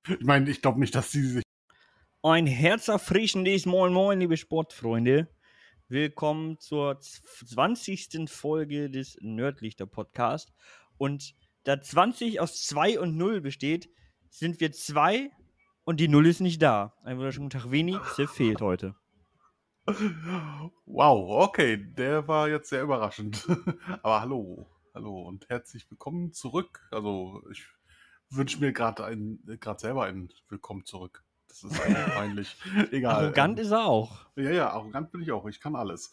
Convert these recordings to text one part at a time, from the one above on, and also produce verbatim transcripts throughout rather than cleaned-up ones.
Ich meine, ich glaube nicht, dass sie sich... Ein herzerfrischendes Moin Moin, liebe Sportfreunde. Willkommen zur zwanzigsten Folge des Nerdlichter Podcast. Und da zwanzig aus zwei und null besteht, sind wir zwei und die null ist nicht da. Ein wunderschönen Tag, Veni, Ziff fehlt heute. Wow, okay, der war jetzt sehr überraschend. Aber hallo, hallo und herzlich willkommen zurück. Also ich wünsche mir gerade ein, gerade selber ein Willkommen zurück. Das ist eigentlich peinlich. Egal. Arrogant ähm, ist er auch. Ja, ja, arrogant bin ich auch. Ich kann alles.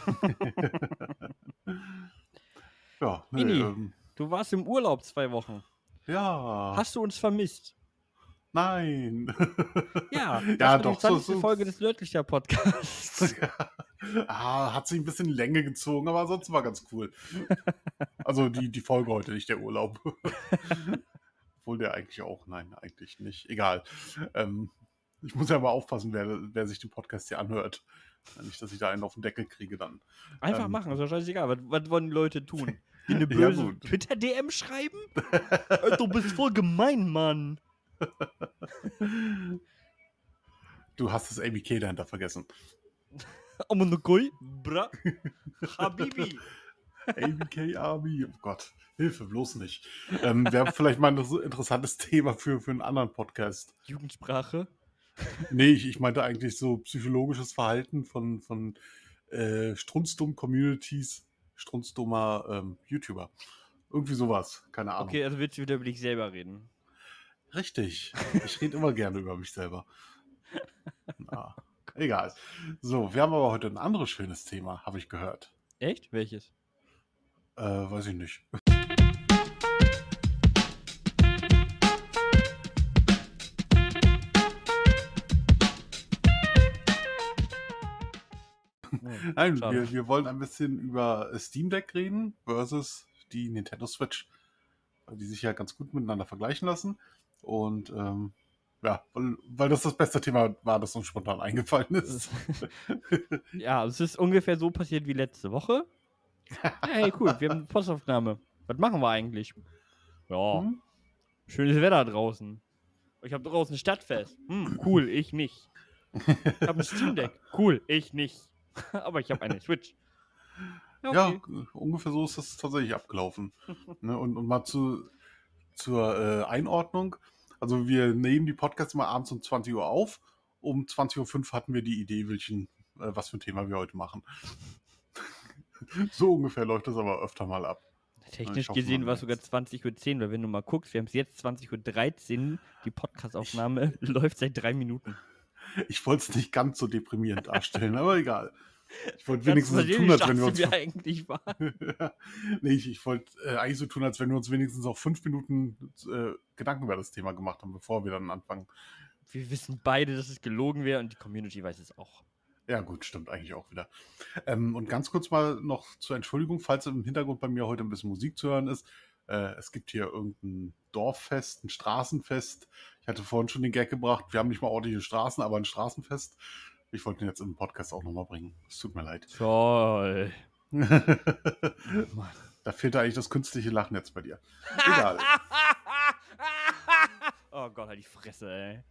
Ja, nee, Vini, ähm, du warst im Urlaub zwei Wochen. ja. Hast du uns vermisst? Nein. Ja, das Ja, war doch, die zwanzigste so- so- Folge des Nerdlichter Podcasts. Ah, hat sich ein bisschen Länge gezogen, aber ansonsten war ganz cool. Also die, die Folge heute, nicht der Urlaub. Obwohl der eigentlich auch, nein, eigentlich nicht. Egal. Ähm, ich muss ja mal aufpassen, wer, wer sich den Podcast hier anhört. Nicht, dass ich da einen auf den Deckel kriege dann. Einfach Ähm, machen, ist doch scheißegal. Was, was wollen die Leute tun? Die eine Ja, böse gut. Twitter-D M schreiben? Äh, du bist voll gemein, Mann. Du hast das A B K dahinter vergessen. Amonokoi, bra, Habibi. A B K Army, oh Gott. Hilfe, bloß nicht. Ähm, Wäre vielleicht mal ein interessantes Thema für, für einen anderen Podcast. Jugendsprache. Nee, ich, ich meinte eigentlich so psychologisches Verhalten von, von äh, Strunzdum-Communities, Strunzdummer ähm, YouTuber. Irgendwie sowas, keine Ahnung. Okay, also willst du wieder über dich selber reden? Richtig. Ich rede immer gerne über mich selber. Na, egal. So, wir haben aber heute ein anderes schönes Thema, habe ich gehört. Echt? Welches? Äh, weiß ich nicht. Hm, Nein, schade. wir, wir wollen ein bisschen über Steam Deck reden versus die Nintendo Switch. Weil die sich ja ganz gut miteinander vergleichen lassen. Und ähm, ja, weil, weil das das beste Thema war, das uns spontan eingefallen ist. Ja, es ist ungefähr so passiert wie letzte Woche. Hey, cool, wir haben eine Postaufnahme. Was machen wir eigentlich? Ja, Hm? schönes Wetter draußen. Ich habe draußen Stadtfest. Hm, cool, ich nicht. Ich habe ein Steam Deck. Cool, ich nicht. Aber ich habe eine Switch. Ja, okay. ungefähr so ist das tatsächlich abgelaufen. Ne, und, und mal zu, zur äh, Einordnung. Also wir nehmen die Podcasts mal abends um zwanzig Uhr auf. Um zwanzig Uhr fünf hatten wir die Idee, welchen, äh, was für ein Thema wir heute machen. So ungefähr läuft das aber öfter mal ab. Technisch Ich hoffe, gesehen man war es sogar merkt's. zwanzig Uhr zehn, weil wenn du mal guckst, wir haben es jetzt zwanzig Uhr dreizehn, die Podcastaufnahme läuft seit drei Minuten. Ich wollte es nicht ganz so deprimierend darstellen, aber egal. Ich wollte Kannst du wenigstens so mal sehen, tun, wie als wenn wir scheiße uns... wir eigentlich waren. nee, ich, ich wollte äh, eigentlich so tun, als wenn wir uns wenigstens auch fünf Minuten äh, Gedanken über das Thema gemacht haben, bevor wir dann anfangen. Wir wissen beide, dass es gelogen wäre und die Community weiß es auch. Ja gut, stimmt eigentlich auch wieder. Ähm, und ganz kurz mal noch zur Entschuldigung, falls im Hintergrund bei mir heute ein bisschen Musik zu hören ist. Äh, es gibt hier irgendein Dorffest, ein Straßenfest. Ich hatte vorhin schon den Gag gebracht, wir haben nicht mal ordentliche Straßen, aber ein Straßenfest. Ich wollte ihn jetzt im Podcast auch nochmal bringen. Es tut mir leid. Toll. Da fehlt eigentlich das künstliche Lachen jetzt bei dir. Egal. Oh Gott, halt die Fresse, ey.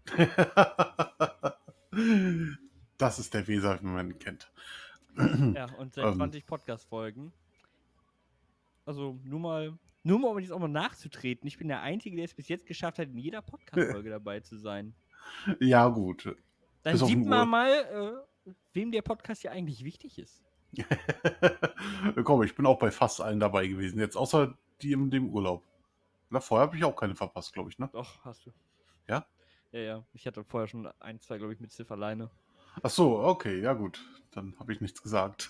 Das ist der Weser, wie man ihn kennt. Ja, und seit Ähm. zwanzig Podcast-Folgen. Also nur mal, nur mal, um jetzt auch mal nachzutreten. Ich bin der Einzige, der es bis jetzt geschafft hat, in jeder Podcast-Folge dabei zu sein. Ja, gut. Dann Bis auf sieht den man Ur- mal, äh, wem der Podcast ja eigentlich wichtig ist. Komm, ich bin auch bei fast allen dabei gewesen. Jetzt außer die in dem Urlaub. Na, vorher habe ich auch keine verpasst, glaube ich, ne? Doch, hast du. Ja? Ja, ja. Ich hatte vorher schon ein, zwei, glaube ich, mit Ziff alleine. Ach so, okay, ja gut. Dann habe ich nichts gesagt.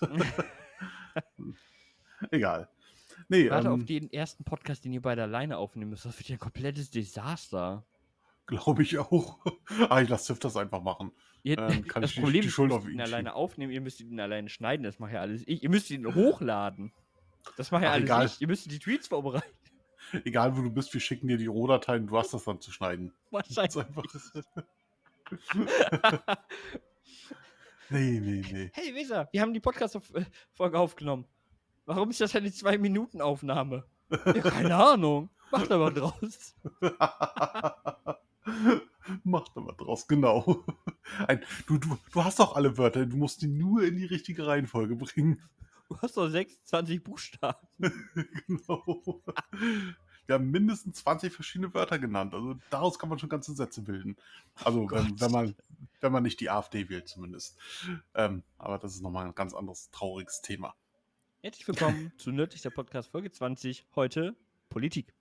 Egal. Nee, Warte ähm, auf den ersten Podcast, den ihr beide alleine aufnehmen müsst. Das wird ja ein komplettes Desaster. glaube ich auch. ah, ich lasse Tiff das einfach machen. Ihr, Ähm, kann das ich die- Problem die ist, Schuld ihr auf müsst ihn ihn alleine schieben. aufnehmen, ihr müsst ihn alleine schneiden, das macht ja alles ich. Ihr müsst ihn hochladen. Das macht ja Ach, alles egal. ich. Ihr müsst die Tweets vorbereiten. Egal, wo du bist, wir schicken dir die Rohdateien, du hast das dann zu schneiden. Das ist Wahrscheinlich. einfach... nee, nee, nee. Hey, Weser, wir haben die Podcast-Folge aufgenommen. Warum ist das eine zwei-Minuten-Aufnahme? Ja, keine Ahnung. Macht aber draus. Mach da was draus, genau. Ein, du, du, du hast doch alle Wörter, du musst die nur in die richtige Reihenfolge bringen. Du hast doch sechsundzwanzig Buchstaben. Genau. Wir haben mindestens zwanzig verschiedene Wörter genannt. Also daraus kann man schon ganze Sätze bilden. Also Oh wenn, Gott. wenn, man, wenn man nicht die AfD wählt zumindest. Ähm, aber das ist nochmal ein ganz anderes, trauriges Thema. Herzlich willkommen zu Nördlich der Podcast Folge zwanzig. Heute Politik.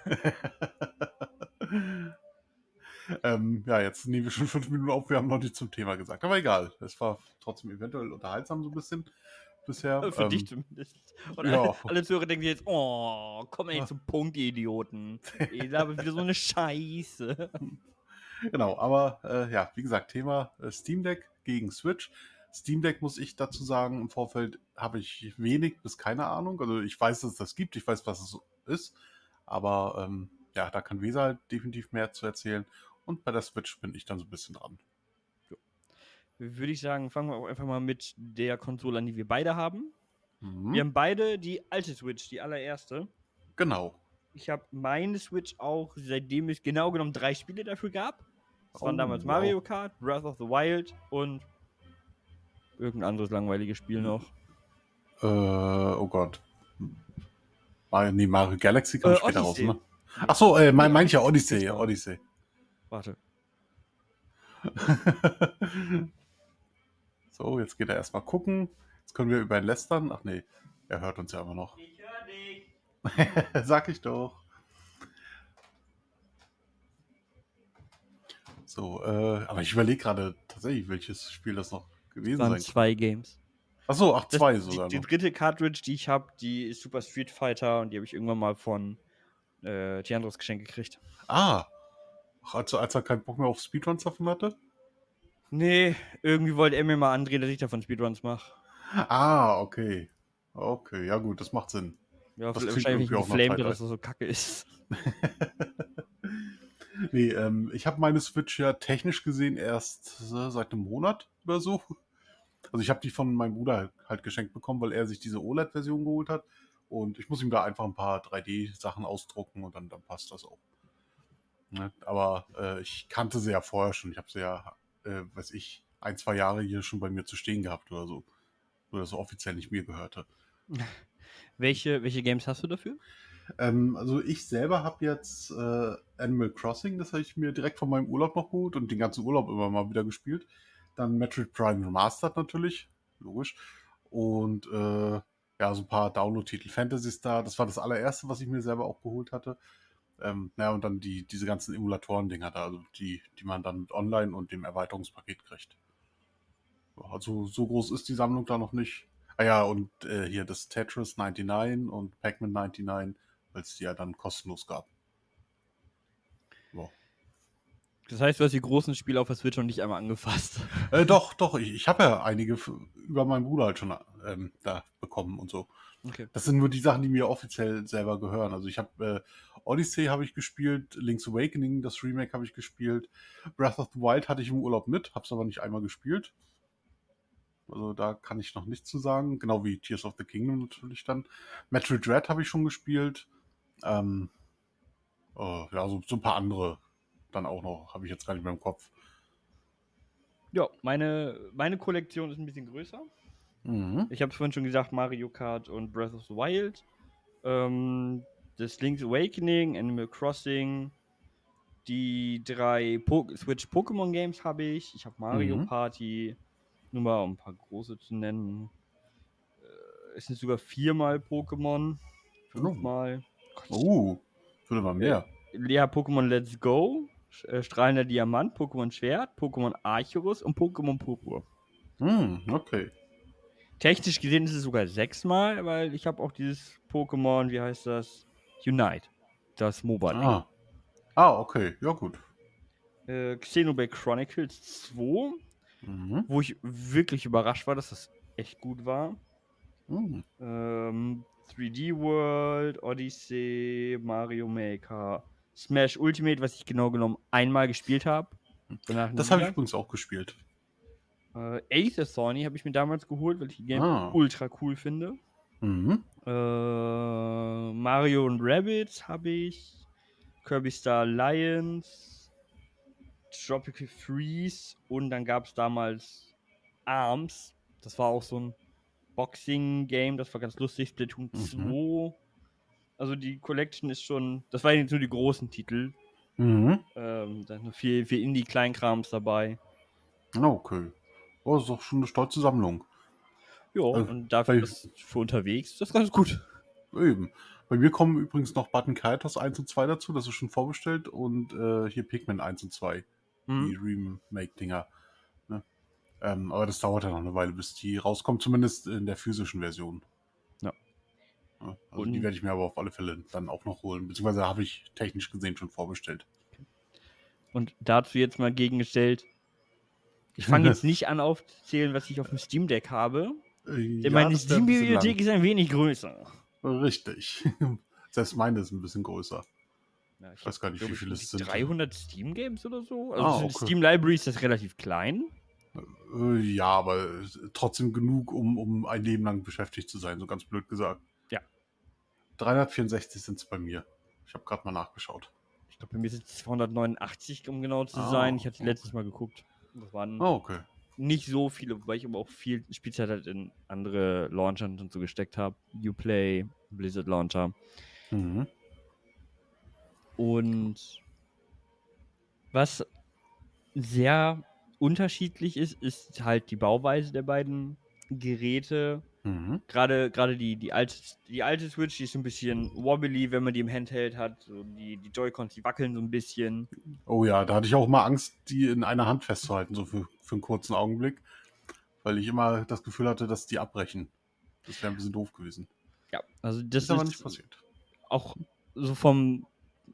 ähm, ja, jetzt nehmen wir schon fünf Minuten auf, wir haben noch nicht zum Thema gesagt. Aber egal, es war trotzdem eventuell unterhaltsam so ein bisschen bisher. Für ähm, dich zumindest. Und ja. alle, alle Zuhörer denken sich jetzt, oh, komm ey zum Punkt, ihr Idioten. Ihr labert wieder so eine Scheiße. Genau, aber äh, ja, wie gesagt, Thema äh, Steam Deck gegen Switch. Steam Deck, muss ich dazu sagen, im Vorfeld habe ich wenig bis keine Ahnung. Also ich weiß, dass es das gibt, ich weiß, was es ist, aber ähm, ja, da kann Weser halt definitiv mehr zu erzählen. Und bei der Switch bin ich dann so ein bisschen dran. Würde ich sagen, fangen wir auch einfach mal mit der Konsole an, die wir beide haben. Mhm. Wir haben beide die alte Switch, die allererste. Genau. Ich habe meine Switch auch, seitdem es genau genommen drei Spiele dafür gab. Das waren Oh, damals wow. Mario Kart, Breath of the Wild und irgendein anderes langweiliges Spiel noch. Äh, oh Gott. Mario, nee, Mario Galaxy kam Äh, später Odyssey. raus, ne? Achso, äh, mein, Nee, meine ich ja Odyssey. Odyssey, Odyssey. Warte. So, jetzt geht er erstmal gucken. Jetzt können wir über ihn lästern. Ach nee, er hört uns ja immer noch. Ich höre dich. Sag ich doch. So, äh, aber ich überlege gerade tatsächlich, welches Spiel das noch gewesen Das sein waren zwei Games. Achso, ach, Das, zwei die, sogar die noch. dritte Cartridge, die ich habe, die ist Super Street Fighter und die habe ich irgendwann mal von äh, Tiandros Geschenk gekriegt. Ah, ach, also, als er keinen Bock mehr auf Speedruns davon hatte? Nee, irgendwie wollte er mir mal andrehen, dass ich davon Speedruns mache. Ah, okay. Okay, ja gut, das macht Sinn. Ja, Das wahrscheinlich klingt nicht irgendwie auch nach geflamed, Teil dass das so kacke ist. Nee, ähm, ich habe meine Switch ja technisch gesehen erst äh, seit einem Monat oder so. Also ich habe die von meinem Bruder halt geschenkt bekommen, weil er sich diese O L E D-Version geholt hat. Und ich muss ihm da einfach ein paar drei D-Sachen ausdrucken und dann, dann passt das auch. Ne? Aber äh, ich kannte sie ja vorher schon. Ich habe sie ja, äh, weiß ich, ein, zwei Jahre hier schon bei mir zu stehen gehabt oder so. Nur dass es offiziell nicht mir gehörte. welche, welche Games hast du dafür? Ähm, also ich selber habe jetzt äh, Animal Crossing, das habe ich mir direkt von meinem Urlaub noch geholt und den ganzen Urlaub immer mal wieder gespielt. Dann Metroid Prime Remastered natürlich, logisch. Und äh, ja, so ein paar Download-Titel. Fantasy Star, das war das allererste, was ich mir selber auch geholt hatte. Ähm, naja, und dann die, diese ganzen Emulatoren-Dinger da, also die, die man dann mit Online und dem Erweiterungspaket kriegt. Also so groß ist die Sammlung da noch nicht. Ah ja, und äh, hier das Tetris neunundneunzig und Pac-Man neunundneunzig, weil es die ja dann kostenlos gab. So. Das heißt, du hast die großen Spiele auf der Switch noch nicht einmal angefasst. Äh, doch, doch, ich, ich habe ja einige f- über meinen Bruder halt schon ähm, da bekommen und so. Okay. Das sind nur die Sachen, die mir offiziell selber gehören. Also ich habe äh, Odyssey habe ich gespielt, Link's Awakening, das Remake habe ich gespielt, Breath of the Wild hatte ich im Urlaub mit, habe es aber nicht einmal gespielt. Also da kann ich noch nichts zu sagen. Genau wie Tears of the Kingdom natürlich dann. Metroid Dread habe ich schon gespielt. Ähm, äh, ja, so, so ein paar andere dann auch noch. Habe ich jetzt gar nicht mehr im Kopf. Ja, meine, meine Kollektion ist ein bisschen größer. Mhm. Ich habe es vorhin schon gesagt, Mario Kart und Breath of the Wild. Ähm, das Link's Awakening, Animal Crossing, die drei po Switch Pokémon Games habe ich. Ich habe Mario Mhm. Party, nur mal um ein paar große zu nennen. Äh, es sind sogar viermal Pokémon, fünfmal. Oh, uh, würde mal mehr. Äh, ja, Pokémon Let's Go, äh, Strahlender Diamant, Pokémon Schwert, Pokémon Arceus und Pokémon Purpur. Mhm, okay. Technisch gesehen ist es sogar sechsmal, weil ich habe auch dieses Pokémon, wie heißt das? Unite. Das MOBA-Ding. Ah. ah, okay. Ja, gut. Äh, Xenoblade Chronicles zwei, Mhm. wo ich wirklich überrascht war, dass das echt gut war. Mhm. Ähm, drei D World, Odyssey, Mario Maker, Smash Ultimate, was ich genau genommen einmal gespielt habe. Das habe ich übrigens auch gespielt. Äh, Ace Attorney habe ich mir damals geholt, weil ich die Game Ah. ultra cool finde. Mhm. Äh, Mario und Rabbids habe ich. Kirby Star Alliance. Tropical Freeze und dann gab es damals Arms. Das war auch so ein Boxing-Game, das war ganz lustig. Splatoon Mhm. zwei. Also die Collection ist schon, das waren jetzt nur die großen Titel. Mhm. Ähm, da ist noch viel, viel Indie-Kleinkrams dabei. Ah, okay. Oh, das ist doch schon eine stolze Sammlung. Ja, Also, und dafür bei- das für unterwegs, das ist ganz gut. Eben. Bei mir kommen übrigens noch Button Kaitos eins und zwei dazu, das ist schon vorbestellt. Und äh, hier Pikmin eins und zwei, die Mhm. Remake-Dinger. Ne? Ähm, aber das dauert ja noch eine Weile, bis die rauskommen, zumindest in der physischen Version. Ja. Ja, also Und- die werde ich mir aber auf alle Fälle dann auch noch holen. Beziehungsweise habe ich technisch gesehen schon vorbestellt. Und dazu jetzt mal gegengestellt, ich fange jetzt nicht an aufzuzählen, was ich auf dem Steam Deck habe, Äh, denn meine das wär ein bisschen Steam-Bibliothek ist ein wenig größer. lang. Richtig. Selbst meine ist ein bisschen größer. Ja, Ich weiß gar nicht, glaub, wie ich viele es irgendwie sind. dreihundert Steam-Games oder so. Also Ah, die okay. Steam-Library ist das relativ klein. Äh, Ja, aber trotzdem genug, um, um ein Leben lang beschäftigt zu sein, so ganz blöd gesagt. Ja. dreihundertvierundsechzig sind es bei mir. Ich habe gerade mal nachgeschaut. Ich glaube, bei mir sind es zweihundertneunundachtzig, um genau zu Ah, sein. Ich hatte okay. letztes Mal geguckt. Das waren Oh, okay. nicht so viele, wobei ich aber auch viel Spielzeit halt in andere Launcher und so gesteckt habe. Uplay, Blizzard Launcher. Mhm. Und was sehr unterschiedlich ist, ist halt die Bauweise der beiden Geräte. Mhm. Gerade gerade die, die, alte, die alte Switch, die ist so ein bisschen wobbly, wenn man die im Handheld hat. So die, die Joy-Cons, die wackeln so ein bisschen. Oh ja, da hatte ich auch mal Angst, die in einer Hand festzuhalten, so für, für einen kurzen Augenblick. Weil ich immer das Gefühl hatte, dass die abbrechen. Das wäre ein bisschen doof gewesen. Ja, also das Das ist aber ist nicht passiert. auch so vom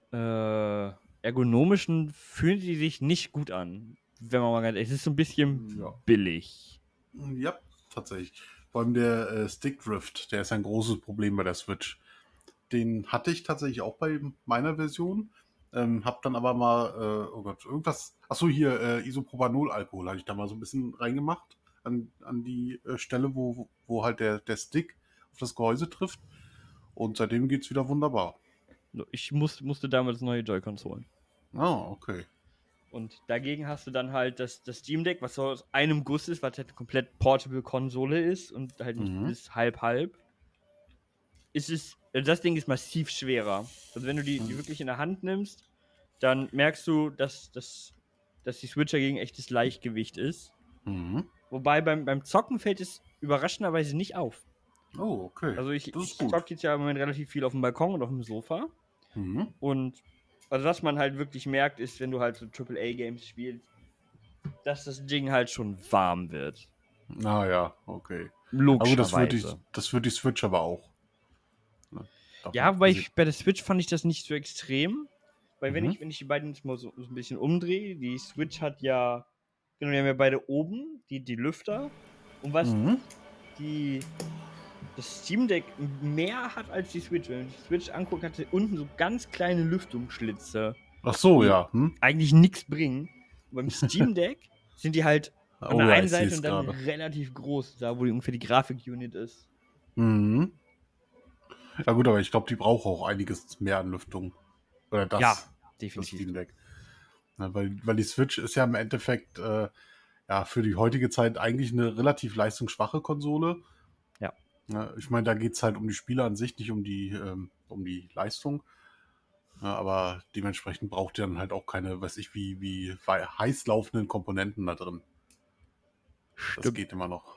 äh, ergonomischen fühlen sie sich nicht gut an. Wenn man mal ganz ehrlich, es ist so ein bisschen Ja. billig. Ja, tatsächlich. Vor allem der äh, Stickdrift, der ist ein großes Problem bei der Switch. Den hatte ich tatsächlich auch bei meiner Version. Ähm, hab dann aber mal, äh, oh Gott, irgendwas, achso, hier, äh, Isopropanol-Alkohol hatte ich da mal so ein bisschen reingemacht an, an die äh, Stelle, wo, wo halt der, der Stick auf das Gehäuse trifft. Und seitdem geht's wieder wunderbar. Ich muss, musste damals neue Joy-Cons holen. Ah, okay. Und dagegen hast du dann halt das, das Steam Deck, was so aus einem Guss ist, was halt eine komplett portable Konsole ist und halt nicht Mhm. bis halb-halb. Ist es, also das Ding ist massiv schwerer. Also wenn du die, die Mhm. wirklich in der Hand nimmst, dann merkst du, dass, dass, dass die Switch dagegen echtes Leichtgewicht ist. Mhm. Wobei beim, beim Zocken fällt es überraschenderweise nicht auf. Oh, okay. Also ich, das ich ist gut. zocke jetzt ja im Moment relativ viel auf dem Balkon und auf dem Sofa. Mhm. Und also was man halt wirklich merkt, ist, wenn du halt so Triple A Games spielst, dass das Ding halt schon warm wird. Ah ja, okay. Aber gut, das wird die, Logischerweise. das wird die Switch aber auch. Ne? Davon Ja, wobei abgesehen. ich bei der Switch fand ich das nicht so extrem. Weil wenn Mhm. ich, wenn ich die beiden jetzt mal so, so ein bisschen umdrehe, die Switch hat ja, genau, die haben ja beide oben, die, die Lüfter. Und was Mhm. die das Steam Deck mehr hat als die Switch. Wenn man die Switch anguckt, hat sie unten so ganz kleine Lüftungsschlitze. Ach so, Die ja. Hm? eigentlich nichts bringen. Und beim Steam Deck sind die halt an Oh der ja, einen ich Seite seh's und dann gerade. relativ groß, da wo die ungefähr die Grafik-Unit ist. Mhm. Ja gut, aber ich glaube, die braucht auch einiges mehr an Lüftung. Oder das, Ja, das definitiv. Steam Deck. Na, weil, weil die Switch ist ja im Endeffekt äh, ja, für die heutige Zeit eigentlich eine relativ leistungsschwache Konsole. Ja. Ja, ich meine, da geht es halt um die Spiele an sich, nicht um die, ähm, um die Leistung. Ja, aber dementsprechend braucht ihr dann halt auch keine, weiß ich, wie, wie wei- heiß laufenden Komponenten da drin. Das Stimmt. geht immer noch.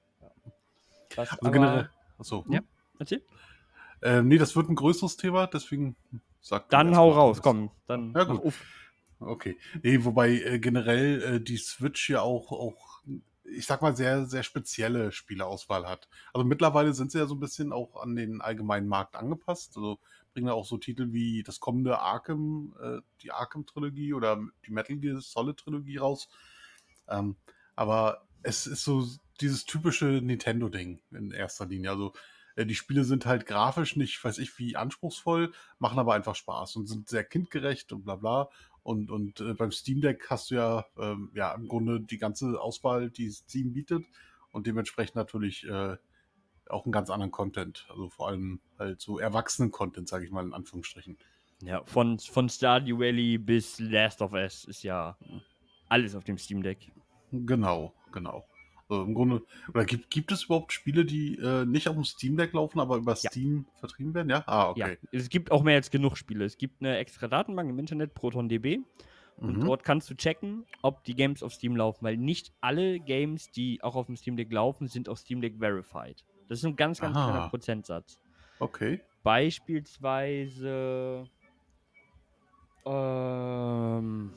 Was Also aber, generell. Achso. Hm? Ja, erzähl. Ähm, nee, das wird ein größeres Thema, deswegen sagt Dann erst hau mal raus, alles. komm. Dann Ja, mach gut. auf. Okay. Nee, wobei äh, generell äh, die Switch ja auch, auch, ich sag mal, sehr, sehr spezielle Spieleauswahl hat. Also mittlerweile sind sie ja so ein bisschen auch an den allgemeinen Markt angepasst. Also bringen ja auch so Titel wie das kommende Arkham, äh, die Arkham-Trilogie oder die Metal Gear Solid-Trilogie raus. Ähm, aber es ist so dieses typische Nintendo-Ding in erster Linie. Also äh, die Spiele sind halt grafisch nicht, weiß ich, wie anspruchsvoll, machen aber einfach Spaß und sind sehr kindgerecht und bla bla. Und, und äh, beim Steam Deck hast du ja, ähm, ja im Grunde die ganze Auswahl, die Steam bietet und dementsprechend natürlich äh, auch einen ganz anderen Content. Also vor allem halt so Erwachsenen-Content, sage ich mal in Anführungsstrichen. Ja, von, von Stardew Valley bis Last of Us ist ja alles auf dem Steam Deck. Genau, genau. Also im Grunde, oder gibt, gibt es überhaupt Spiele, die äh, nicht auf dem Steam Deck laufen, aber über Ja. Steam vertrieben werden? Ja? Ah, Ja, okay. es gibt auch mehr als genug Spiele. Es gibt eine extra Datenbank im Internet, ProtonDB. Und Mhm. dort kannst du checken, ob die Games auf Steam laufen, weil nicht alle Games, die auch auf dem Steam Deck laufen, sind auf Steam Deck verified. Das ist ein ganz, ganz kleiner Aha, Prozentsatz. okay. Beispielsweise ähm,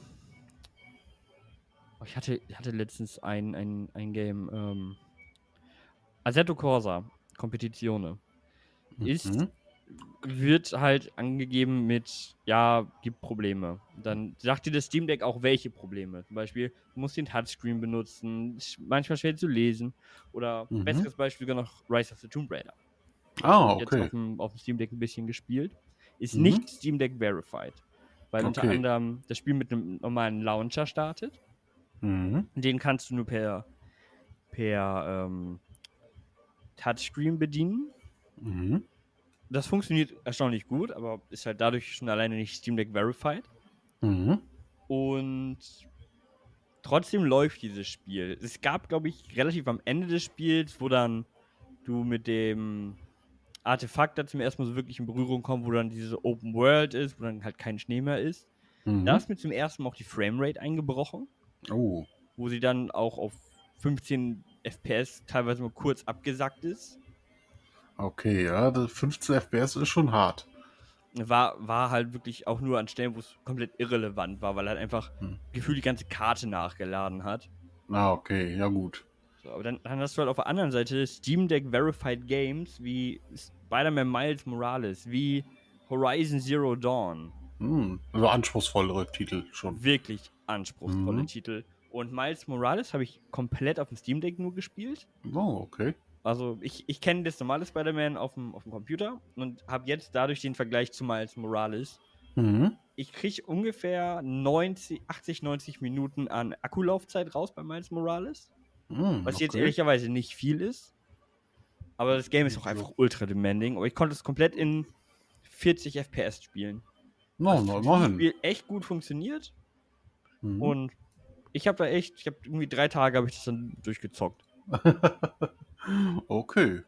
oh, ich hatte, ich hatte letztens ein, ein, ein Game, ähm, Assetto Corsa Competizione. Ist Mhm. wird halt angegeben mit, ja, gibt Probleme. Dann sagt dir das Steam Deck auch, welche Probleme. Zum Beispiel, du musst den Touchscreen benutzen, ist manchmal schwer zu lesen. Oder Mhm. besseres Beispiel sogar noch Rise of the Tomb Raider. Ah, Jetzt auf okay. dem, auf dem Steam Deck ein bisschen gespielt. Ist Mhm. nicht Steam Deck verified. Weil unter Okay. anderem das Spiel mit einem normalen Launcher startet. Mhm. Den kannst du nur per, per ähm, Touchscreen bedienen. Mhm. Das funktioniert erstaunlich gut, aber ist halt dadurch schon alleine nicht Steam Deck verified. Mhm. Und trotzdem läuft dieses Spiel. Es gab, glaube ich, relativ am Ende des Spiels, wo dann du mit dem Artefakt da zum ersten Mal so wirklich in Berührung kommst, wo dann diese Open World ist, wo dann halt kein Schnee mehr ist. Mhm. Da ist mir zum ersten Mal auch die Framerate eingebrochen, Oh, wo sie dann auch auf fünfzehn F P S teilweise mal kurz abgesackt ist. okay, ja, das fünfzehn F P S ist schon hart. War, war halt wirklich auch nur an Stellen, wo es komplett irrelevant war, weil er halt einfach Hm. gefühlt die ganze Karte nachgeladen hat. Ah, okay, ja gut. So, aber dann, dann hast du halt auf der anderen Seite Steam Deck Verified Games wie Spider-Man Miles Morales, wie Horizon Zero Dawn. Hm. Also anspruchsvollere Titel schon. Wirklich anspruchsvolle Mhm. Titel. Und Miles Morales habe ich komplett auf dem Steam Deck nur gespielt. Oh, okay. Also ich, ich kenne das normale Spider-Man auf dem, auf dem Computer und habe jetzt dadurch den Vergleich zu Miles Morales. Mhm. Ich kriege ungefähr neunzig, achtzig, neunzig Minuten an Akkulaufzeit raus bei Miles Morales. Mhm, Was jetzt okay. ehrlicherweise nicht viel ist. Aber das Game ist auch So. einfach ultra demanding. Aber ich konnte es komplett in vierzig F P S spielen. No, Was no, für dieses immerhin. Spiel echt gut funktioniert. Mhm. Und ich habe da echt, ich habe irgendwie drei Tage habe ich das dann durchgezockt. Okay.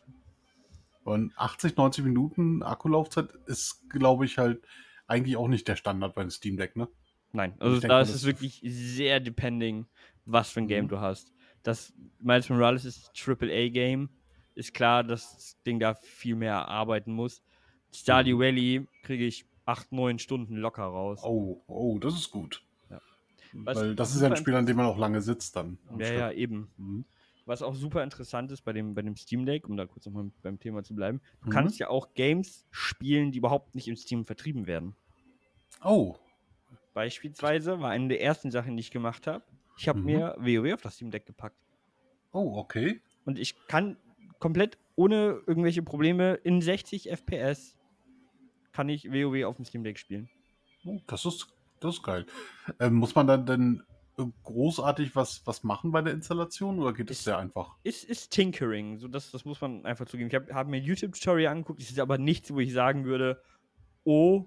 Und achtzig, neunzig Minuten Akkulaufzeit ist, glaube ich, halt eigentlich auch nicht der Standard beim Steam Deck, ne? Nein, Also also ich denk da mal, ist es das- wirklich sehr depending, was für ein Game Mhm. du hast. Das Miles Morales ist ein Triple A Game. Ist klar, dass das Ding da viel mehr arbeiten muss. Stardew Mhm. Valley kriege ich acht, neun Stunden locker raus. Oh, oh, das ist gut. Ja. Was Weil das auch ist ja ein super Spiel, an dem man auch lange sitzt dann. am Ja, Stück. ja, eben. Mhm. Was auch super interessant ist bei dem, bei dem Steam Deck, um da kurz nochmal beim Thema zu bleiben, du Mhm. kannst ja auch Games spielen, die überhaupt nicht im Steam vertrieben werden. Oh. Beispielsweise war eine der ersten Sachen, die ich gemacht habe, ich habe Mhm. mir WoW auf das Steam Deck gepackt. Oh, okay. Und ich kann komplett ohne irgendwelche Probleme in sechzig F P S kann ich WoW auf dem Steam Deck spielen. Oh, das ist, das ist geil. Ähm, muss man dann denn äh, großartig was, was machen bei der Installation oder geht es Ist- sehr einfach? Ist, ist Tinkering, so das, das muss man einfach zugeben. Ich habe hab mir ein YouTube-Tutorial angeguckt, das ist aber nichts, wo ich sagen würde, oh,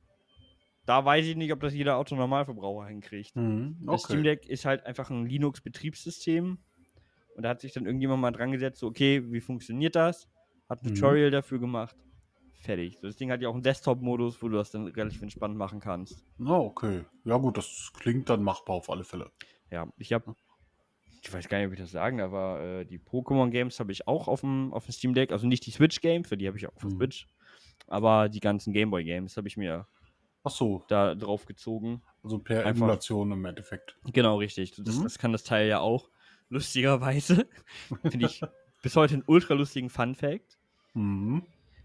da weiß ich nicht, ob das jeder Autonormalverbraucher hinkriegt. Mhm. Das Steam Okay. Deck ist halt einfach ein Linux-Betriebssystem und da hat sich dann irgendjemand mal dran gesetzt, so, okay, wie funktioniert das? Hat ein Mhm. Tutorial dafür gemacht. Fertig. So, das Ding hat ja auch einen Desktop-Modus, wo du das dann relativ entspannt machen kannst. Na, okay. Ja gut, das klingt dann machbar auf alle Fälle. Ja, ich habe, ich weiß gar nicht, ob ich das sagen, aber äh, die Pokémon-Games habe ich auch auf dem, auf dem Steam Deck. Also nicht die Switch-Games, für die habe ich auch auf der Mhm. Switch. Aber die ganzen Gameboy-Games habe ich mir Ach so, da drauf gezogen. also per Einfach- Emulation im Endeffekt. Genau, richtig. Das, Mhm. das kann das Teil ja auch. Lustigerweise finde ich bis heute einen ultra lustigen Fun-Fact. Mhm.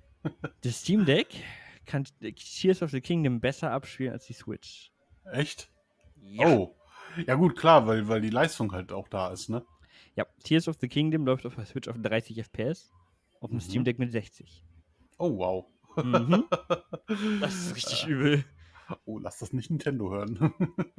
Das Steam Deck kann Tears of the Kingdom besser abspielen als die Switch. Echt? Ja. Oh. Ja gut, klar, weil, weil die Leistung halt auch da ist, ne? Ja, Tears of the Kingdom läuft auf der Switch auf dreißig F P S, auf dem Mhm. Steam Deck mit sechzig. Oh, wow. Mhm. Das ist richtig übel. Oh, lass das nicht Nintendo hören.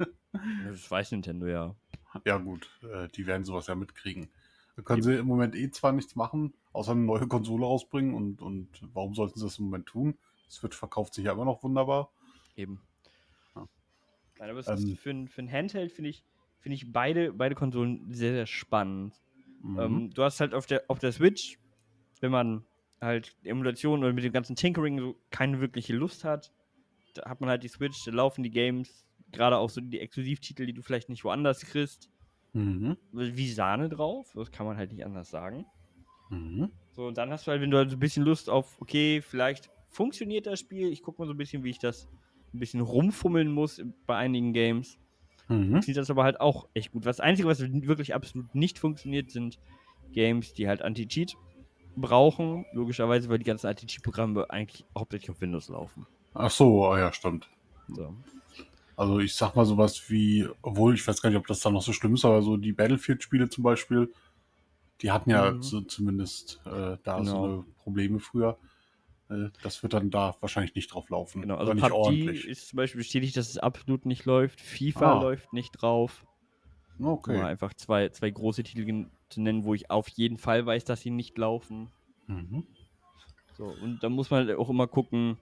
Das weiß Nintendo ja. Ja gut, äh, die werden sowas ja mitkriegen. Da können sie im Moment eh zwar nichts machen, außer eine neue Konsole rausbringen und, und warum sollten sie das im Moment tun? Switch verkauft sich ja immer noch wunderbar. Eben. Ja. Nein, aber es Ähm. ist für, ein- für ein Handheld, finde ich, finde ich beide, beide Konsolen sehr, sehr spannend. Mhm. Ähm, du hast halt auf der, auf der Switch, wenn man halt Emulation oder mit dem ganzen Tinkering so keine wirkliche Lust hat, da hat man halt die Switch, da laufen die Games, gerade auch so die Exklusivtitel, die du vielleicht nicht woanders kriegst, Mhm. wie Sahne drauf, das kann man halt nicht anders sagen. Mhm. So, und dann hast du halt, wenn du halt so ein bisschen Lust auf, okay, vielleicht funktioniert das Spiel, ich gucke mal so ein bisschen, wie ich das ein bisschen rumfummeln muss bei einigen Games. Mhm. Sieht das aber halt auch echt gut. Das Einzige, was wirklich absolut nicht funktioniert, sind Games, die halt Anti-Cheat brauchen, logischerweise, weil die ganzen Anti-Cheat-Programme eigentlich hauptsächlich auf Windows laufen. Ach so, ah ja, stimmt. So. Also ich sag mal sowas wie, obwohl ich weiß gar nicht, ob das dann noch so schlimm ist, aber so die Battlefield-Spiele zum Beispiel, die hatten ja Mhm. so, zumindest äh, da Genau. so eine Probleme früher. Äh, das wird dann da wahrscheinlich nicht drauf laufen. Genau, also Oder nicht P U B G ordentlich. ist zum Beispiel bestätigt, dass es absolut nicht läuft. FIFA Ah. läuft nicht drauf. Um mal Okay. einfach zwei, zwei große Titel gen- zu nennen, wo ich auf jeden Fall weiß, dass sie nicht laufen. Mhm. So, und da muss man halt auch immer gucken,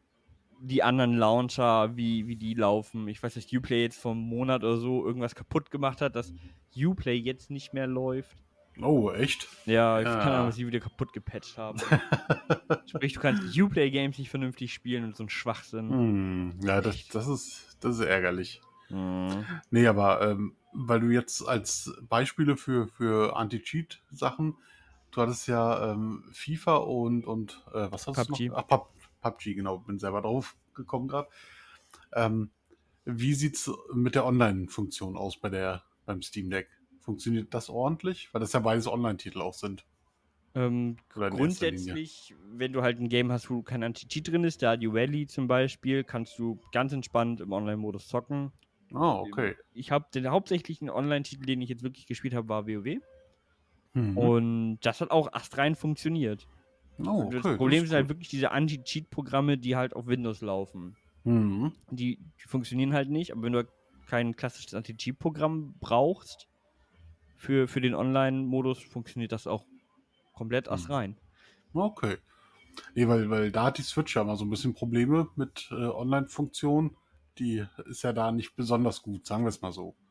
die anderen Launcher, wie, wie die laufen. Ich weiß, dass Uplay jetzt vor einem Monat oder so irgendwas kaputt gemacht hat, dass Uplay jetzt nicht mehr läuft. Oh, echt? Ja, ich Ja. kann Ahnung, was sie wieder kaputt gepatcht haben. Sprich, du kannst Uplay-Games nicht vernünftig spielen und so ein Schwachsinn. Hm, ja, das, das, ist, das ist ärgerlich. Mhm. Nee, aber ähm, weil du jetzt als Beispiele für, für Anti-Cheat-Sachen, du hattest ja ähm, FIFA und, und äh, was hast P U B G. du noch? Ach, P U B G, genau, bin selber drauf gekommen gerade. Ähm, wie sieht's mit der Online-Funktion aus bei der, beim Steam Deck? Funktioniert das ordentlich? Weil das ja beides Online-Titel auch sind. Ähm, Oder in erster Linie. grundsätzlich, wenn du halt ein Game hast, wo kein Anti-Cheat drin ist, Stardew Valley zum Beispiel, kannst du ganz entspannt im Online-Modus zocken. Ah, okay. Ich habe den hauptsächlichen Online-Titel, den ich jetzt wirklich gespielt habe, war WoW. Mhm. Und das hat auch astrein funktioniert. Oh, okay. Das Problem ist sind halt gut. wirklich diese Anti-Cheat-Programme, die halt auf Windows laufen. Mhm. Die, die funktionieren halt nicht, aber wenn du kein klassisches Anti-Cheat-Programm brauchst für, für den Online-Modus, funktioniert das auch komplett Mhm. astrein. Okay. Nee, weil, weil da hat die Switch ja mal so ein bisschen Probleme mit äh, Online-Funktionen. Die ist ja da nicht besonders gut, sagen wir es mal so.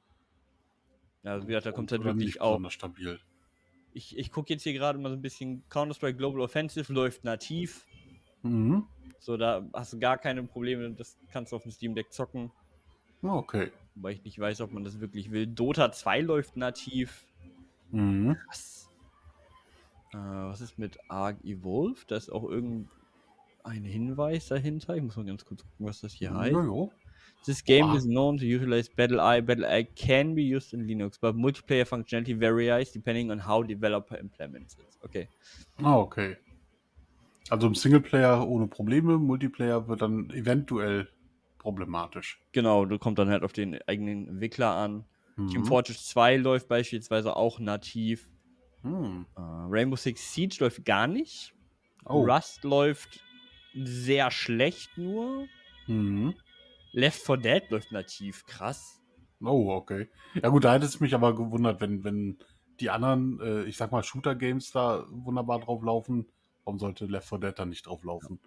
Also wie gesagt, da kommt Und- halt oder wirklich nicht auch. besonders stabil. Ich, ich gucke jetzt hier gerade mal so ein bisschen, Counter-Strike Global Offensive läuft nativ. Mhm. So, da hast du gar keine Probleme, das kannst du auf dem Steam Deck zocken. Okay. Wobei ich nicht weiß, ob man das wirklich will. Dota zwei läuft nativ. Mhm. Krass. Äh, was ist mit Ark Evolve? Da ist auch irgendein Hinweis dahinter. Ich muss mal ganz kurz gucken, was das hier heißt. Jojo. This game Oha. is known to utilize BattleEye. BattleEye can be used in Linux, but multiplayer functionality varies depending on how developer implements it. Okay. Ah, okay. Also im Singleplayer ohne Probleme, Multiplayer wird dann eventuell problematisch. Genau, du kommst dann halt auf den eigenen Entwickler an. Mhm. Team Fortress zwei läuft beispielsweise auch nativ. Hm. Äh, Rainbow Six Siege läuft gar nicht. Oh. Rust läuft sehr schlecht nur. Mhm. Left four Dead läuft nativ, krass. Oh, okay. Ja gut, da hätte es mich aber gewundert, wenn, wenn die anderen, äh, ich sag mal, Shooter-Games da wunderbar drauf laufen. Warum sollte Left four Dead da nicht drauf laufen?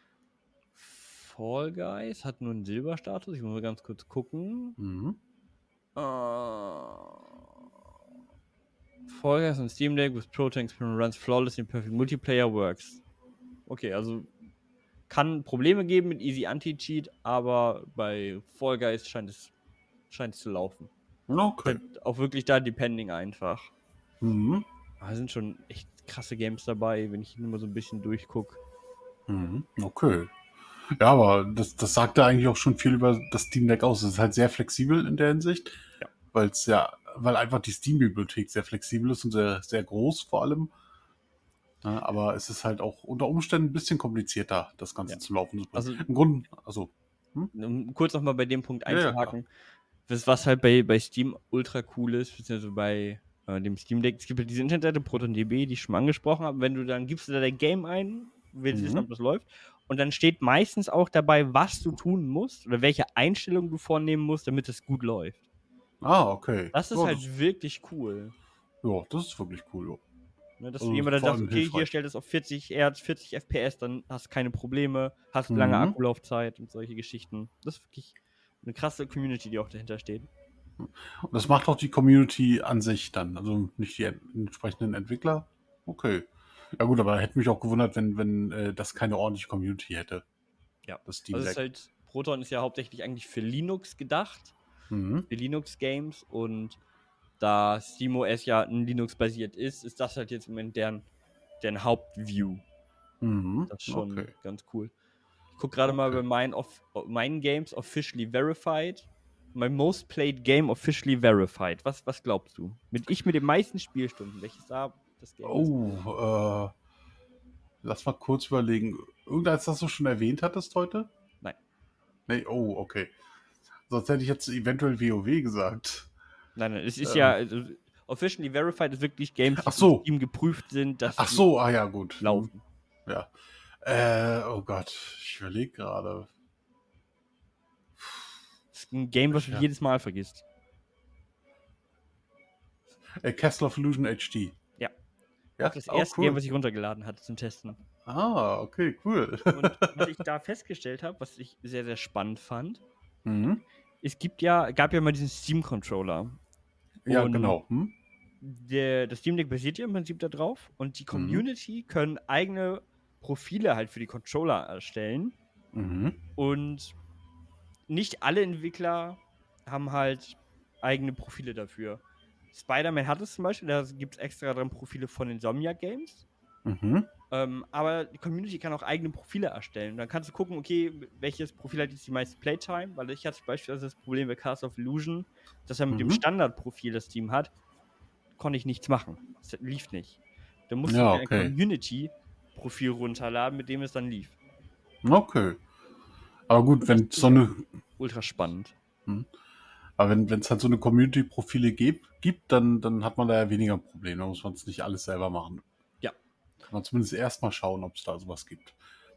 Fall Guys hat nur einen Silberstatus. Ich muss mal ganz kurz gucken. Mhm. Uh, Fall Guys on Steam Deck with Proton Experiment runs flawless in perfect multiplayer works. Okay, also kann Probleme geben mit Easy Anti-Cheat, aber bei Fall Guys scheint es, scheint es zu laufen. Okay. Halt auch wirklich da depending einfach. Mhm. Da sind schon echt krasse Games dabei, wenn ich nur mal so ein bisschen durchgucke. Mhm. Okay. Ja, aber das, das sagt ja eigentlich auch schon viel über das Steam Deck aus. Es ist halt sehr flexibel in der Hinsicht, Ja. weil es ja, weil einfach die Steam-Bibliothek sehr flexibel ist und sehr, sehr groß vor allem. Ja, aber es ist halt auch unter Umständen ein bisschen komplizierter, das Ganze Ja. zum Laufen zu bringen. Also, im Grunde, also um kurz nochmal bei dem Punkt Ja, ja, einzuhaken, das, was halt bei, bei Steam ultra cool ist, beziehungsweise bei äh, dem Steam Deck, es gibt halt diese Internetseite ProtonDB, die ich schon mal angesprochen habe. Wenn du dann gibst du da dein Game ein, willst Mhm. wissen, ob das läuft, und dann steht meistens auch dabei, was du tun musst oder welche Einstellungen du vornehmen musst, damit es gut läuft. Ah, okay. Das ist ja, halt das, wirklich cool. ja, das ist wirklich cool. Ja. Ne, dass Also jemand dann vor sagt, allem okay, hier hilfreich. stellt es auf vierzig Hertz, vierzig F P S, dann hast du keine Probleme, hast lange Mhm. Akkulaufzeit und solche Geschichten. Das ist wirklich eine krasse Community, die auch dahinter steht. Und das macht auch die Community an sich dann, also nicht die entsprechenden Entwickler. Okay. Ja gut, aber hätte mich auch gewundert, wenn, wenn äh, das keine ordentliche Community hätte. Ja. Das Steam Also es ist Deck. halt, Proton ist ja hauptsächlich eigentlich für Linux gedacht, Mhm. für Linux-Games, und da SteamOS ja ein Linux-basiert ist, ist das halt jetzt im Moment deren, deren Hauptview. Mhm. Das ist Okay. schon ganz cool. Ich gucke gerade mal Okay. bei meinen, off- meinen Games officially verified. My most played game officially verified. Was, was glaubst du? Mit ich mit den meisten Spielstunden. Welches da das Game ist? Oh, äh, lass mal kurz überlegen. Irgendeins, das du schon erwähnt hattest heute? Nein. Nee, oh, okay. Sonst hätte ich jetzt eventuell WoW gesagt. Nein, nein. Es ist Ähm. ja. Also, officially verified ist wirklich Games, die Ach von so. Steam geprüft sind, dass Ach sie so, ah ja, gut. laufen. Hm. Ja. Äh, oh Gott, ich überlege gerade. Das ist ein Game, was du Ja. jedes Mal vergisst. Äh, Castle of Illusion H D. Ja. Ja, Auch das oh, erste cool. Game, was ich runtergeladen hatte zum Testen. Ah, okay, cool. Und was ich da festgestellt habe, was ich sehr, sehr spannend fand, Mhm. es gibt ja, gab ja mal diesen Steam-Controller. Ja, Und genau. Hm? der, das Steam Deck basiert ja im Prinzip da drauf, und die Community Mhm. können eigene Profile halt für die Controller erstellen. Mhm. Und nicht alle Entwickler haben halt eigene Profile dafür. Spider-Man hat es zum Beispiel, da gibt es extra dran Profile von Insomniac Games. Mhm. Ähm, aber die Community kann auch eigene Profile erstellen. Und dann kannst du gucken, okay, welches Profil hat jetzt die meiste Playtime, weil ich hatte beispielsweise das Problem bei Castle of Illusion, dass er mit dem Mhm. Standardprofil das Team hat, konnte ich nichts machen. Es lief nicht. Da musste Ja, ich mir ein okay. Community-Profil runterladen, mit dem es dann lief. Okay. Aber gut, Und wenn das es so ist ja eine. ultra spannend. Hm. Aber wenn es halt so eine Community-Profile gibt, gibt dann, dann hat man da ja weniger Probleme. Da muss man es nicht alles selber machen. Ja. Kann man zumindest erstmal schauen, ob es da sowas gibt.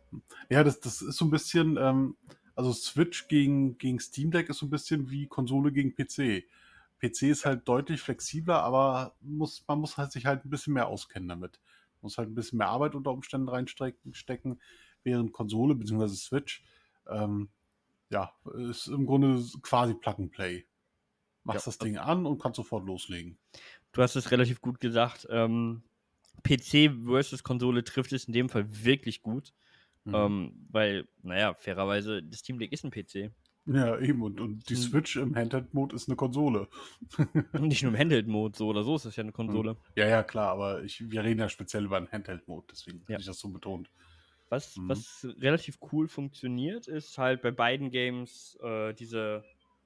Ja, das, das ist so ein bisschen, ähm, also Switch gegen, gegen Steam Deck ist so ein bisschen wie Konsole gegen P C. P C ist halt deutlich flexibler, aber muss, man muss halt sich halt ein bisschen mehr auskennen damit. Muss halt ein bisschen mehr Arbeit unter Umständen reinstecken, stecken, während Konsole bzw. Switch, ähm, ja, ist im Grunde quasi Plug and Play. Machst Ja. das Ding an und kannst sofort loslegen. Du hast es relativ gut gesagt. Ähm, P C versus Konsole trifft es in dem Fall wirklich gut. Mhm. Ähm, weil, naja, fairerweise, das Steam Deck ist ein P C. Ja, eben. Und, und die Hm. Switch im Handheld-Mode ist eine Konsole. Nicht nur im Handheld-Mode, so oder so ist das ja eine Hm. Konsole. Ja, ja, klar, aber ich, wir reden ja speziell über einen Handheld-Mode, deswegen Ja. habe ich das so betont. Was, Mhm. was relativ cool funktioniert, ist halt bei beiden Games äh, diese.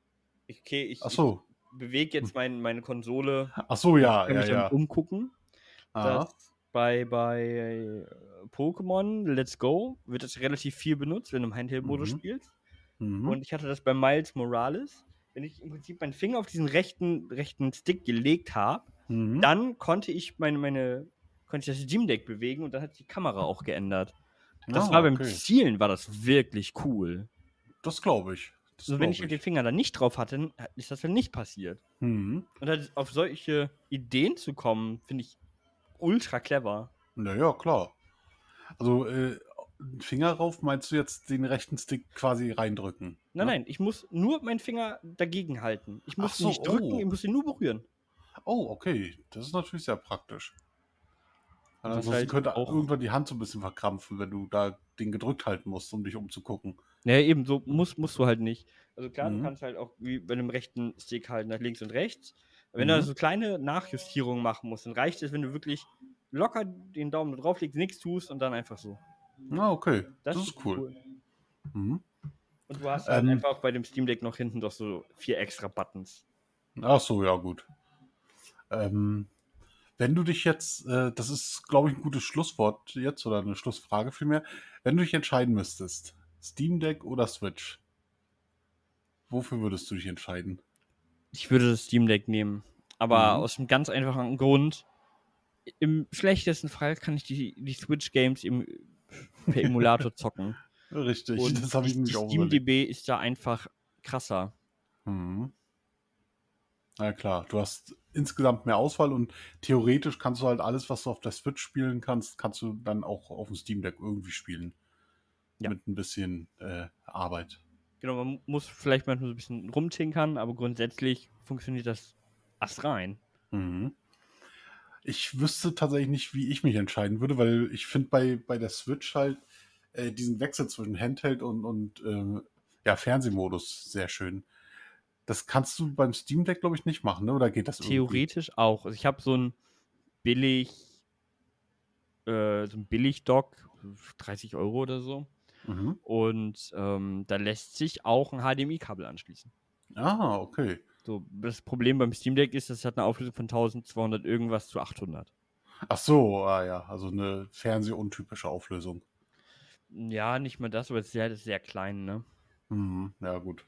Okay, ich, Ach ich so. bewege jetzt mein, meine Konsole. Ach so, ja, Ich kann ja, mich dann ja. umgucken. Ah. Das bei, bei äh, Pokémon Let's Go wird das relativ viel benutzt, wenn du im Handheld-Modus Mhm. spielst. Mhm. Und ich hatte das bei Miles Morales. Wenn ich im Prinzip meinen Finger auf diesen rechten, rechten Stick gelegt habe, Mhm. dann konnte ich meine, meine, konnte ich das Steam Deck bewegen, und dann hat die Kamera auch geändert. Das Ah, war beim okay. Zielen war das wirklich cool. Das glaube ich. Das Also glaub wenn ich, ich den Finger da nicht drauf hatte, ist das dann nicht passiert. Mhm. Und halt auf solche Ideen zu kommen, finde ich ultra clever. Naja, klar. Also, äh, Finger rauf, meinst du jetzt den rechten Stick quasi reindrücken? Nein, ne? nein, ich muss nur meinen Finger dagegen halten. Ich muss Ach ihn so, nicht drücken, oh. ich muss ihn nur berühren. Oh, okay. Das ist natürlich sehr praktisch. Und Weil das ansonsten halt könnte auch- irgendwann die Hand so ein bisschen verkrampfen, wenn du da den gedrückt halten musst, um dich umzugucken. Ja, eben, so muss, musst du halt nicht. Also klar, Mhm. du kannst halt auch wie bei einem rechten Stick halt nach links und rechts. Wenn Mhm. du so kleine Nachjustierungen machen musst, dann reicht es, wenn du wirklich locker den Daumen drauf legst, nichts tust und dann einfach so. Ah, okay. Das, Das, ist cool. Mhm. Und du hast halt Ähm. einfach bei dem Steam Deck noch hinten doch so vier extra Buttons. Ach so, ja, gut. Ähm, wenn du dich jetzt, äh, das ist, glaube ich, ein gutes Schlusswort jetzt oder eine Schlussfrage vielmehr. Wenn du dich entscheiden müsstest, Steam Deck oder Switch, wofür würdest du dich entscheiden? Ich würde das Steam Deck nehmen. Aber Mhm. aus einem ganz einfachen Grund. Im schlechtesten Fall kann ich die, die Switch-Games im, per Emulator zocken. Richtig, Und das habe ich die, die nämlich auch Steam überlegt. D B ist da einfach krasser. Mhm. Na klar, du hast insgesamt mehr Auswahl und theoretisch kannst du halt alles, was du auf der Switch spielen kannst, kannst du dann auch auf dem Steam Deck irgendwie spielen. Ja. Mit ein bisschen äh, Arbeit. Genau, man muss vielleicht manchmal so ein bisschen rumtinkern, aber grundsätzlich funktioniert das astrein. Mhm. Ich wüsste tatsächlich nicht, wie ich mich entscheiden würde, weil ich finde bei, bei der Switch halt äh, diesen Wechsel zwischen Handheld und, und äh, ja, Fernsehmodus sehr schön. Das kannst du beim Steam Deck, glaube ich, nicht machen, ne? Oder geht das irgendwie? Theoretisch auch. Also ich habe so ein billig, äh, so ein Billig-Dock, dreißig Euro oder so. Mhm. Und ähm, da lässt sich auch ein H D M I-Kabel anschließen. Ah, okay. So, das Problem beim Steam Deck ist, es hat eine Auflösung von zwölfhundert irgendwas zu achthundert. Ach so, ah ja, also eine Fernsehuntypische Auflösung. Ja, nicht mal das, aber es ist sehr, das ist sehr klein, ne? Mhm. Ja, gut.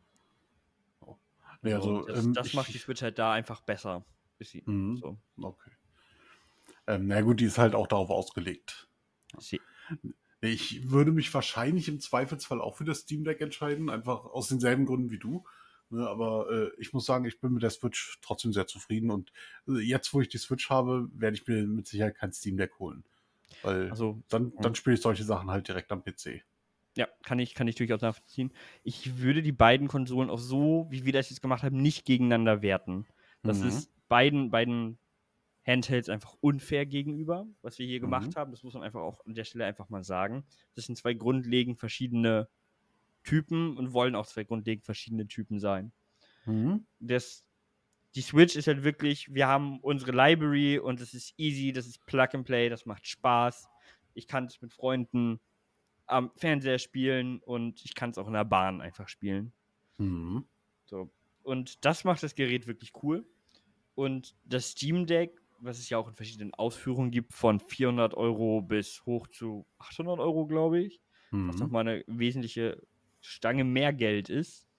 Oh. Nee, So, also, und das, ähm, das macht die ich. Switch halt da einfach besser. Bisschen. Mhm. So. Okay. Ähm, na gut, die ist halt auch darauf ausgelegt. Sie- Nee, ich würde mich wahrscheinlich im Zweifelsfall auch für das Steam Deck entscheiden, einfach aus denselben Gründen wie du. Ne, aber äh, ich muss sagen, ich bin mit der Switch trotzdem sehr zufrieden und äh, jetzt, wo ich die Switch habe, werde ich mir mit Sicherheit kein Steam Deck holen. Weil Also, dann, ja. dann spiele ich solche Sachen halt direkt am P C. Ja, kann ich, kann ich durchaus nachvollziehen. Ich würde die beiden Konsolen auch so, wie wir das jetzt gemacht haben, nicht gegeneinander werten. Das Mhm. ist beiden, beiden Handhelds einfach unfair gegenüber, was wir hier Mhm. gemacht haben. Das muss man einfach auch an der Stelle einfach mal sagen. Das sind zwei grundlegend verschiedene Typen und wollen auch zwei grundlegend verschiedene Typen sein. Mhm. Das, die Switch ist halt wirklich, wir haben unsere Library und es ist easy, das ist Plug and Play, das macht Spaß. Ich kann es mit Freunden am Fernseher spielen und ich kann es auch in der Bahn einfach spielen. Mhm. So. Und das macht das Gerät wirklich cool. Und das Steam Deck, was es ja auch in verschiedenen Ausführungen gibt, von vierhundert Euro bis hoch zu achthundert Euro, glaube ich, was Mhm. nochmal eine wesentliche Stange mehr Geld ist.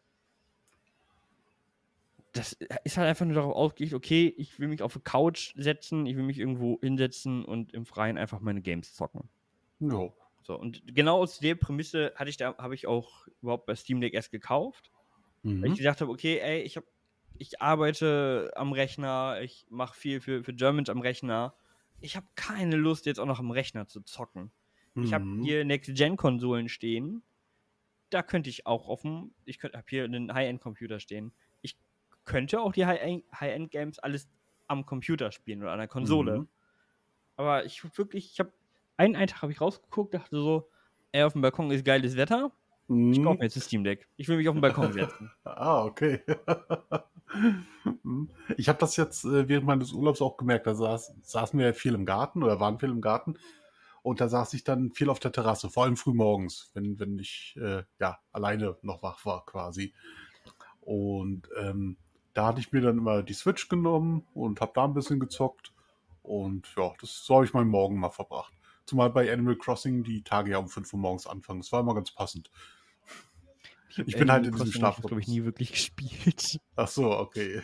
Das ist halt einfach nur darauf ausgelegt, okay, ich will mich auf eine Couch setzen, ich will mich irgendwo hinsetzen und im Freien einfach meine Games zocken. Jo. So, und genau aus der Prämisse hatte ich da, habe ich auch überhaupt bei Steam Deck erst gekauft. Weil ich Mhm. gesagt habe, okay, ey, ich, hab, ich arbeite am Rechner, ich mache viel für, für Germans am Rechner. Ich habe keine Lust, jetzt auch noch am Rechner zu zocken. Ich habe Mhm. hier Next-Gen-Konsolen stehen. Da könnte ich auch auf dem, ich habe hier einen High-End-Computer stehen. Ich könnte auch die High-End-Games alles am Computer spielen oder an der Konsole. Mhm. Aber ich wirklich, ich habe, einen, einen Tag habe ich rausgeguckt, dachte so, ey, auf dem Balkon ist geiles Wetter. Ich kaufe Mhm. mir jetzt ein Steam Deck. Ich will mich auf den Balkon setzen. Ah, okay. Mhm. Ich habe das jetzt äh, während meines Urlaubs auch gemerkt. Da saß, saßen wir ja viel im Garten oder waren viel im Garten. Und da saß ich dann viel auf der Terrasse, vor allem früh morgens, wenn, wenn ich äh, ja, alleine noch wach war quasi. Und ähm, da hatte ich mir dann immer die Switch genommen und habe da ein bisschen gezockt. Und ja, das so habe ich meinen Morgen mal verbracht. Zumal bei Animal Crossing die Tage ja um fünf Uhr morgens anfangen. Das war immer ganz passend. Ich habe Ich bin halt Animal in diesem Crossing, ich glaube ich, Schlafrhythmus. nie wirklich gespielt. Ach so, okay.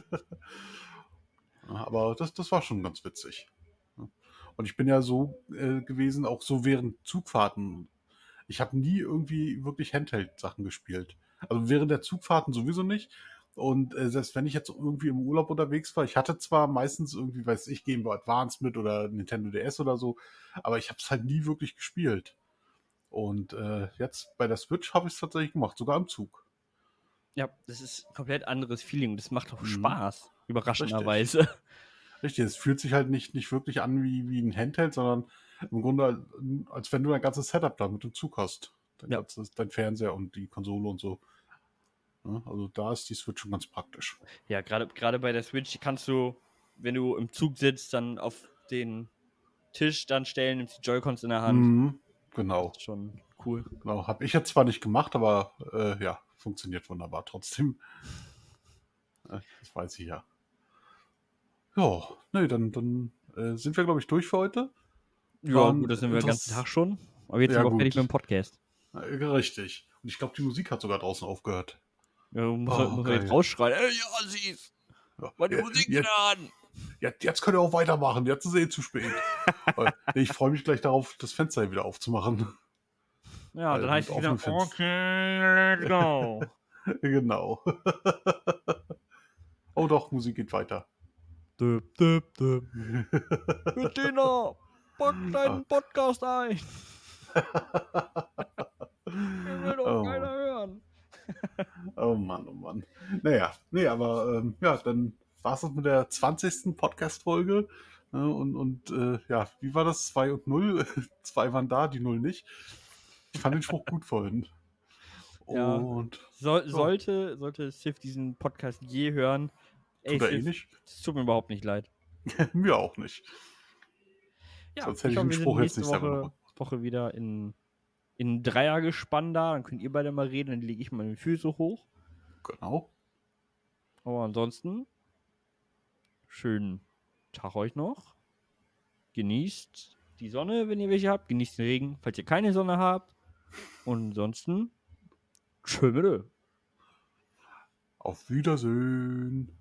Aber das, das war schon ganz witzig. Und ich bin ja so äh, gewesen, auch so während Zugfahrten. Ich habe nie irgendwie wirklich Handheld-Sachen gespielt. Also während der Zugfahrten sowieso nicht. Und äh, selbst wenn ich jetzt irgendwie im Urlaub unterwegs war, ich hatte zwar meistens irgendwie, weiß ich, Game Boy Advance mit oder Nintendo D S oder so, aber ich habe es halt nie wirklich gespielt. Und äh, jetzt bei der Switch habe ich es tatsächlich gemacht, sogar im Zug. Ja, das ist ein komplett anderes Feeling. Das macht auch Mhm, Spaß, richtig. überraschenderweise. Richtig, es fühlt sich halt nicht, nicht wirklich an wie, wie ein Handheld, sondern im Grunde als wenn du ein ganzes Setup da mit dem Zug hast. Dein, Ja, ganzes, dein Fernseher und die Konsole und so. Ja, also da ist die Switch schon ganz praktisch. ja, gerade gerade bei der Switch kannst du, wenn du im Zug sitzt, dann auf den Tisch dann stellen, nimmst die Joy-Cons in der Hand. Mhm, Das genau. ist schon cool. Genau. Habe ich jetzt zwar nicht gemacht, aber äh, ja, funktioniert wunderbar trotzdem. Äh, das weiß ich ja. Ja, nee, dann, dann äh, sind wir, glaube ich, durch für heute. Ja, gut, Waren das sind wir den ganzen Tag Interess schon. Aber jetzt sind ja, wir auch fertig mit dem gut. Podcast. Äh, richtig. Und ich glaube, die Musik hat sogar draußen aufgehört. Ja, muss, er, Oh, muss er jetzt geil. rausschreien. Ey, ja, sieh's. Ja, Mach die ja, Musik ja, wieder an. ja, jetzt könnt ihr auch weitermachen. Jetzt ist eh zu spät. Äh, nee, ich freue mich gleich darauf, das Fenster hier wieder aufzumachen. Ja, Weil dann mit heißt es wieder, offenen Fenstern. okay, let's go. Genau. Oh doch, Musik geht weiter. Döp, döp, döp. Bettina, pack Ah. deinen Podcast ein. Den will doch Oh keiner Mann. hören. Oh Mann, oh Mann. Naja, nee, aber ähm, ja, dann war es das mit der zwanzigsten Podcast-Folge. Ne, und und äh, ja, wie war das? Zwei und null? Zwei waren da, die Null nicht. Ich fand den Spruch gut vorhin. Ja. Und Soll, ja, sollte, sollte Sif diesen Podcast je hören, ey tut er eh Sif, nicht. es tut mir überhaupt nicht leid. Mir auch nicht. Ja, Sonst hätte ich ich hoffe, den wir sind Spruch jetzt nächste nicht selber Woche, nochmal. Woche wieder in, in Dreiergespann da. Dann könnt ihr beide mal reden, dann lege ich meine Füße hoch. Genau. Aber ansonsten, schönen Tag euch noch. Genießt die Sonne, wenn ihr welche habt. Genießt den Regen, falls ihr keine Sonne habt. Und ansonsten, tschö mit Ö. Auf Wiedersehen.